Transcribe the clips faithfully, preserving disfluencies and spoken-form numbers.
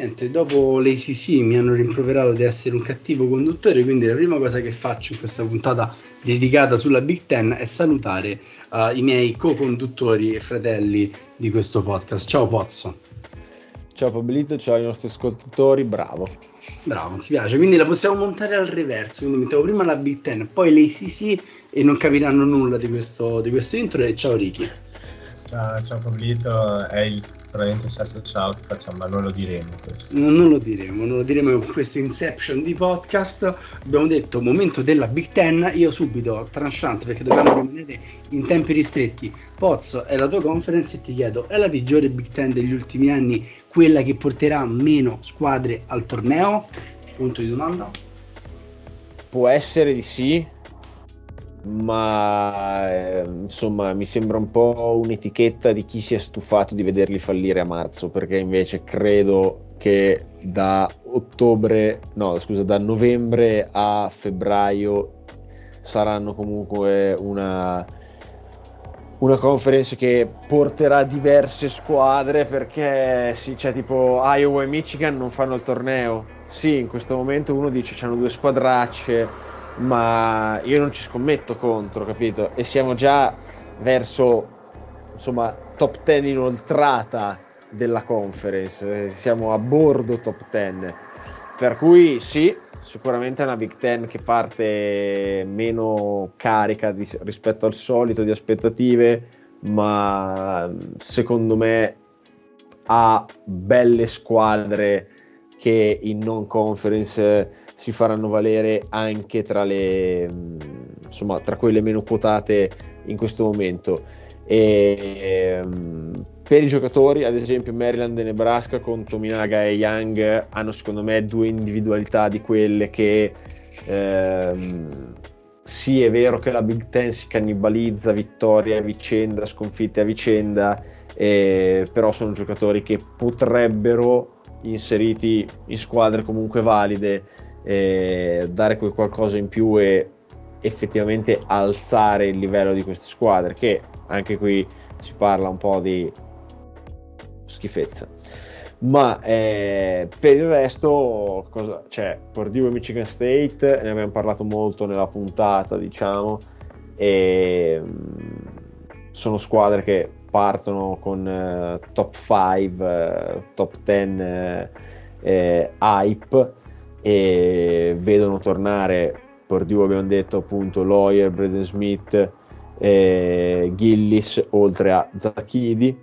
niente, dopo l'A C C mi hanno rimproverato di essere un cattivo conduttore, quindi la prima cosa che faccio in questa puntata dedicata sulla Big Ten è salutare uh, i miei co-conduttori e fratelli di questo podcast. Ciao Pozzo. Ciao Pablito, ciao ai nostri ascoltatori, bravo. Bravo, ti piace? Quindi la possiamo montare al reverso, quindi mettiamo prima la Big Ten, poi l'A C C e non capiranno nulla di questo, di questo intro. E ciao Ricky. Ciao, ciao Pablito, è il probabilmente sesto ciao che facciamo, ma non lo diremo questo. Non, non lo diremo, non lo diremo in questo Inception di podcast. Abbiamo detto momento della Big Ten. Io subito, tranchant, perché dobbiamo rimanere in tempi ristretti. Pozzo, è la tua conference e ti chiedo, è la peggiore Big Ten degli ultimi anni quella che porterà meno squadre al torneo? Punto di domanda. Può essere di sì, ma eh, insomma mi sembra un po' un'etichetta di chi si è stufato di vederli fallire a marzo, perché invece credo che da ottobre, no scusa, da novembre a febbraio saranno comunque una una conference che porterà diverse squadre, perché sì, cioè tipo Iowa e Michigan non fanno il torneo. Sì, in questo momento uno dice c'hanno due squadracce, ma io non ci scommetto contro, capito? E siamo già verso, insomma, top dieci inoltrata della conference, siamo a bordo top dieci, per cui sì, sicuramente è una Big Ten che parte meno carica di, rispetto al solito di aspettative, ma secondo me ha belle squadre che in non conference si faranno valere anche tra le, insomma, tra quelle meno quotate in questo momento. E per i giocatori, ad esempio Maryland e Nebraska con Tominaga e Young hanno secondo me due individualità di quelle che ehm, sì, è vero che la Big Ten si cannibalizza vittorie a vicenda, sconfitte a vicenda, eh, però sono giocatori che potrebbero, inseriti in squadre comunque valide, eh, dare quel qualcosa in più e effettivamente alzare il livello di queste squadre, che anche qui si parla un po' di schifezza. Ma eh, per il resto cosa c'è? Purdue e Michigan State ne abbiamo parlato molto nella puntata, diciamo, e sono squadre che partono con eh, top cinque, eh, top dieci eh, eh, hype, e vedono tornare Purdue, abbiamo detto appunto Lawyer, Braden Smith, eh, Gillis, oltre a Zachidi.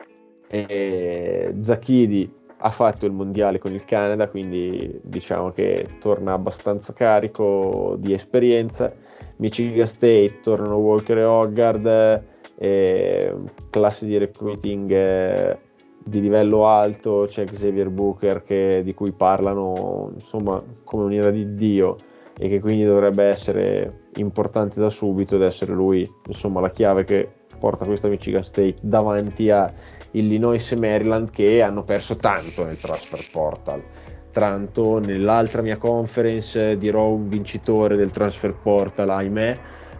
E Zachidi ha fatto il mondiale con il Canada, quindi diciamo che torna abbastanza carico di esperienza. Michigan State tornano Walker e Hoggard, eh, classe di recruiting eh, di livello alto. C'è Xavier Booker che, di cui parlano insomma come un'ira di Dio, e che quindi dovrebbe essere importante da subito ed essere lui insomma la chiave che porta questa Michigan State davanti a Illinois e Maryland, che hanno perso tanto nel transfer portal. Tanto nell'altra mia conference dirò un vincitore del transfer portal, ahimè,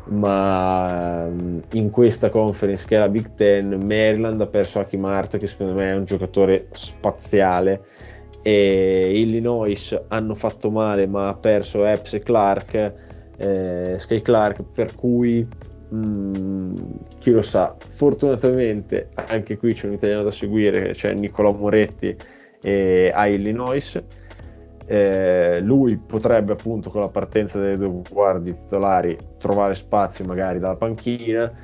ma in questa conference che è la Big Ten, Maryland ha perso Hakim Hart, che secondo me è un giocatore spaziale, e Illinois hanno fatto male ma ha perso Epps e Clark, eh, Sky Clark, per cui Mm, chi lo sa, fortunatamente anche qui c'è un italiano da seguire, c'è Nicolò Moretti eh, a Illinois. Eh, lui potrebbe appunto con la partenza delle due guardie titolari trovare spazio magari dalla panchina,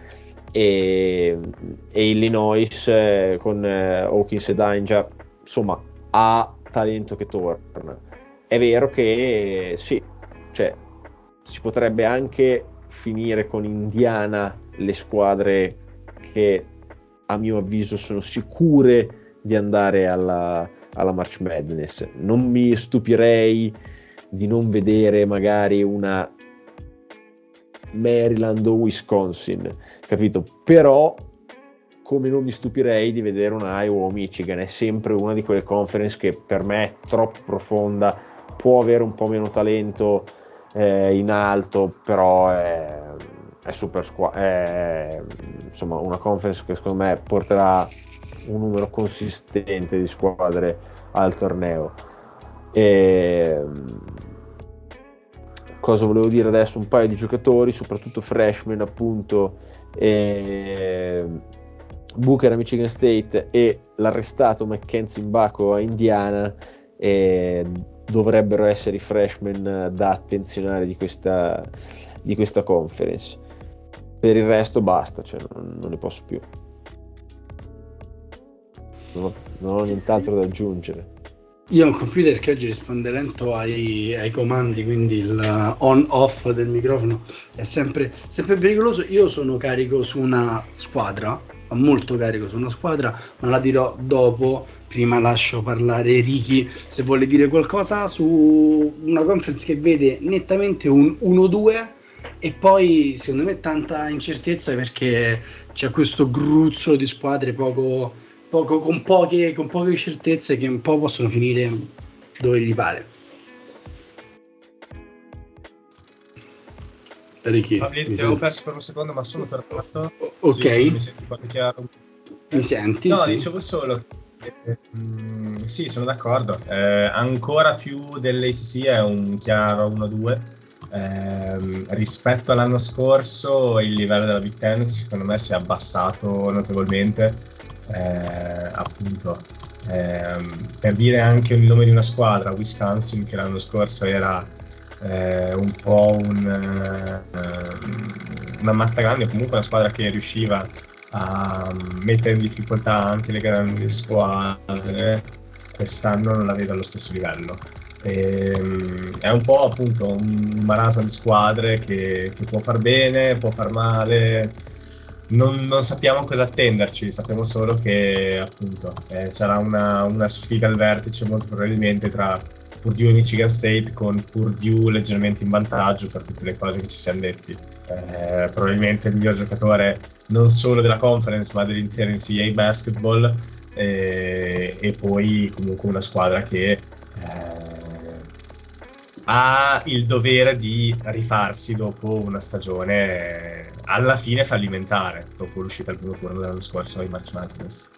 e, e Illinois eh, con eh, Hawkins e Danger insomma ha talento che torna. È vero che sì, cioè si potrebbe anche finire con Indiana, le squadre che a mio avviso sono sicure di andare alla, alla March Madness. Non mi stupirei di non vedere magari una Maryland o Wisconsin, capito? Però come non mi stupirei di vedere una Iowa o Michigan. È sempre una di quelle conference che per me è troppo profonda, può avere un po' meno talento eh, in alto, però è, è super squa- è insomma una conference che secondo me porterà un numero consistente di squadre al torneo. E, cosa volevo dire adesso? Un paio di giocatori, soprattutto freshman appunto, e Booker a Michigan State e l'arrestato Mackenzie Mbako a Indiana, e dovrebbero essere i freshman da attenzionare di questa, di questa conference. Per il resto basta, cioè non, non ne posso più, non ho, non ho nient'altro da aggiungere. Io ho un computer che oggi risponde lento ai, ai comandi, quindi il on-off del microfono è sempre, sempre pericoloso. Io sono carico su una squadra, molto carico su una squadra, ma la dirò dopo. Prima lascio parlare Ricky se vuole dire qualcosa su una conference che vede nettamente un uno due e poi secondo me tanta incertezza perché c'è questo gruzzolo di squadre poco... Poco, con, poche, con poche certezze che un po' possono finire dove gli pare. Ricky, Pabli, ti avevo perso per un secondo, ma sono tornato. Ok, sì, sì, mi senti quasi chiaro? mi senti? No, sì. dicevo solo che, mm, sì, sono d'accordo. Eh, ancora più dell'A C C è un chiaro uno due. Eh, rispetto all'anno scorso il livello della Big Ten secondo me si è abbassato notevolmente. Eh, appunto ehm, per dire anche il nome di una squadra, Wisconsin, che l'anno scorso era eh, un po' un, eh, una mattagrande, comunque una squadra che riusciva a mettere in difficoltà anche le grandi squadre, quest'anno non la vedo allo stesso livello. E, è un po' appunto un marasma di squadre che, che può far bene, può far male. Non, non sappiamo cosa attenderci, sappiamo solo che appunto eh, sarà una, una sfida al vertice molto probabilmente tra Purdue e Michigan State, con Purdue leggermente in vantaggio per tutte le cose che ci siamo detti. Eh, probabilmente il miglior giocatore non solo della conference ma dell'intero N C A A basketball, eh, e poi comunque una squadra che eh, ha il dovere di rifarsi dopo una stagione eh, alla fine fallimentare, dopo l'uscita al primo turno dell'anno scorso ai March Madness.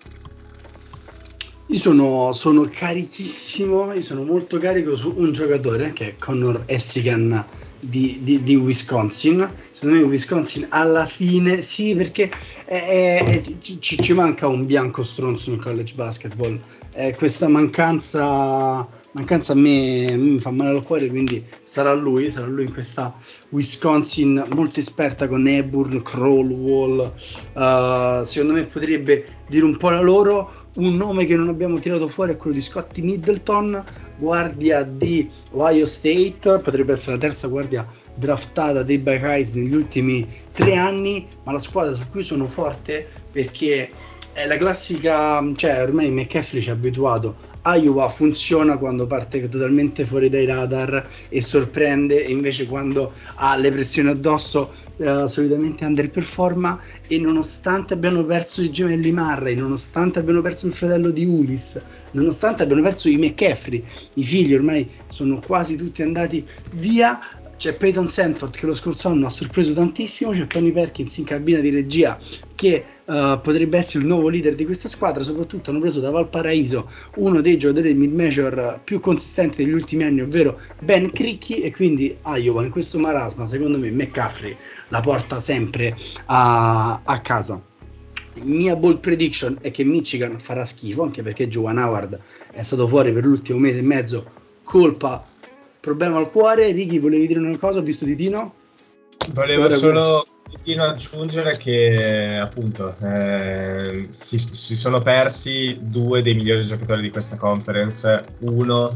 Io sono, sono carichissimo, io sono molto carico su un giocatore che è Connor Essigan di, di, di Wisconsin. Secondo me Wisconsin alla fine, sì, perché è, è, ci, ci manca un bianco stronzo nel college basketball. Eh, questa mancanza, mancanza a me, a me mi fa male al cuore, quindi sarà lui, sarà lui in questa Wisconsin molto esperta con Eburn, Crowell. Uh, secondo me potrebbe dire un po' la loro. Un nome che non abbiamo tirato fuori è quello di Scotty Middleton, guardia di Ohio State, potrebbe essere la terza guardia draftata dei Buckeyes negli ultimi tre anni, ma la squadra su cui sono forte perché è la classica, cioè ormai McCaffrey ci ha abituato. Iowa funziona quando parte totalmente fuori dai radar e sorprende, e invece quando ha le pressioni addosso eh, solitamente underperforma. E nonostante abbiano perso i gemelli Murray, nonostante abbiano perso il fratello di Ulis, nonostante abbiano perso i McCaffrey, i figli ormai sono quasi tutti andati via, c'è Peyton Sandford che lo scorso anno ha sorpreso tantissimo, c'è Tony Perkins in cabina di regia che uh, potrebbe essere il nuovo leader di questa squadra. Soprattutto hanno preso da Valparaiso uno dei giocatori mid-major più consistenti degli ultimi anni, ovvero Ben Cricchi, e quindi Iowa in questo marasma secondo me McCaffrey la porta sempre a, a casa. Mia bold prediction è che Michigan farà schifo, anche perché Juwan Howard è stato fuori per l'ultimo mese e mezzo, colpa, problema al cuore. Ricky, volevi dire una cosa? Ho visto di Tino? Volevo solo Tino aggiungere che appunto eh, si, si sono persi due dei migliori giocatori di questa conference, uno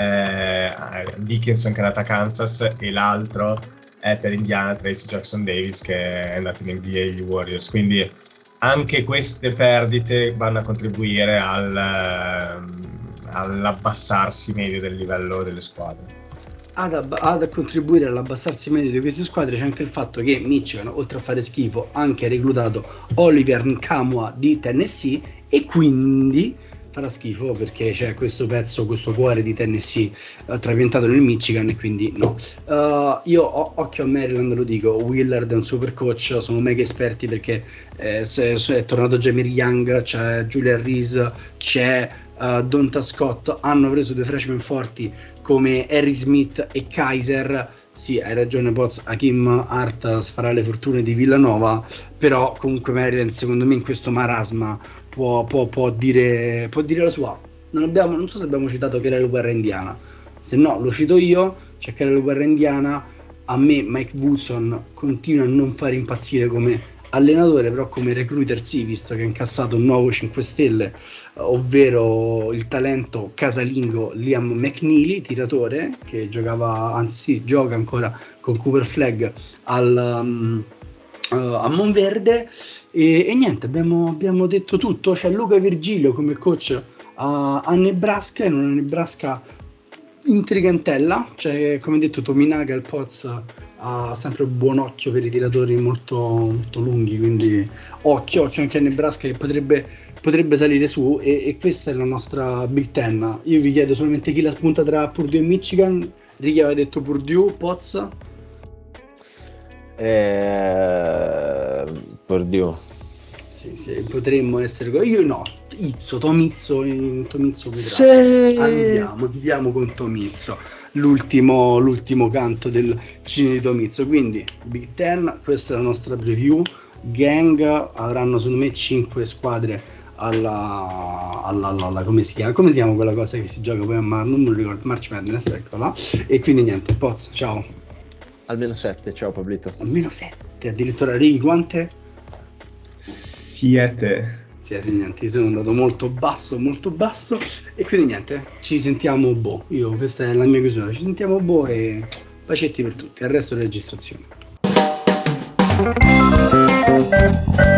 è Dickinson che è andato a Kansas e l'altro è per Indiana Tracy Jackson Davis che è andato in N B A agli Warriors, quindi anche queste perdite vanno a contribuire al, all'abbassarsi medio del livello delle squadre. Ad, ab- ad contribuire all'abbassarsi medio di queste squadre c'è anche il fatto che Michigan, oltre a fare schifo, ha anche reclutato Oliver Nkamhoua di Tennessee, e quindi farà schifo perché c'è questo pezzo, questo cuore di Tennessee uh, trapiantato nel Michigan e quindi no. Uh, io ho occhio a Maryland, lo dico, Willard è un super coach, sono mega esperti perché eh, se, se è tornato Jamir Young, c'è Julian Reese, c'è uh, Donta Scott, hanno preso due freshman forti come Harry Smith e Kaiser. Sì, hai ragione Poz, Hakim Hart farà le fortune di Villanova, però comunque Maryland secondo me in questo marasma può, può, può, dire, può dire la sua. Non, abbiamo, non so se abbiamo citato Kelly Guerra Indiana, se no lo cito io, c'è Kelly Guerra Indiana. A me Mike Woodson continua a non fare impazzire come allenatore, però come recruiter sì, visto che ha incassato un nuovo cinque stelle, ovvero il talento casalingo Liam McNeely, tiratore che giocava, anzi sì, gioca ancora con Cooper Flagg al, um, uh, a Monverde. E, e niente, abbiamo, abbiamo detto tutto. C'è Luca Virgilio come coach a, a Nebraska, in una Nebraska intrigantella, cioè come detto Tominaga il Poz ha sempre un buon occhio per i tiratori molto, molto lunghi, quindi occhio, occhio anche a Nebraska che potrebbe, potrebbe salire su e, e questa è la nostra Big Ten. Io vi chiedo solamente chi la spunta tra Purdue e Michigan. Ricky aveva detto Purdue, Poz? Eh, Purdue. Sì, sì, potremmo essere. Io no, Izzo, Tomizzo, Tomizzo vedrà. Sì. Andiamo, andiamo con Tomizzo. L'ultimo, l'ultimo canto del Cine di Tomizzo. Quindi Big Ten, questa è la nostra preview. Gang avranno secondo me cinque squadre alla, alla, alla, alla come si chiama? Come si chiama quella cosa che si gioca poi a Mar- non me lo ricordo, March Madness, eccola. E quindi niente, Poz, ciao. Almeno sette, ciao Pablito. Almeno sette, addirittura Ricky, quante? Siete. Siete niente, sono andato molto basso, molto basso e quindi niente, ci sentiamo boh, io questa è la mia chiusura, ci sentiamo boh e bacetti per tutti, al resto delle registrazioni.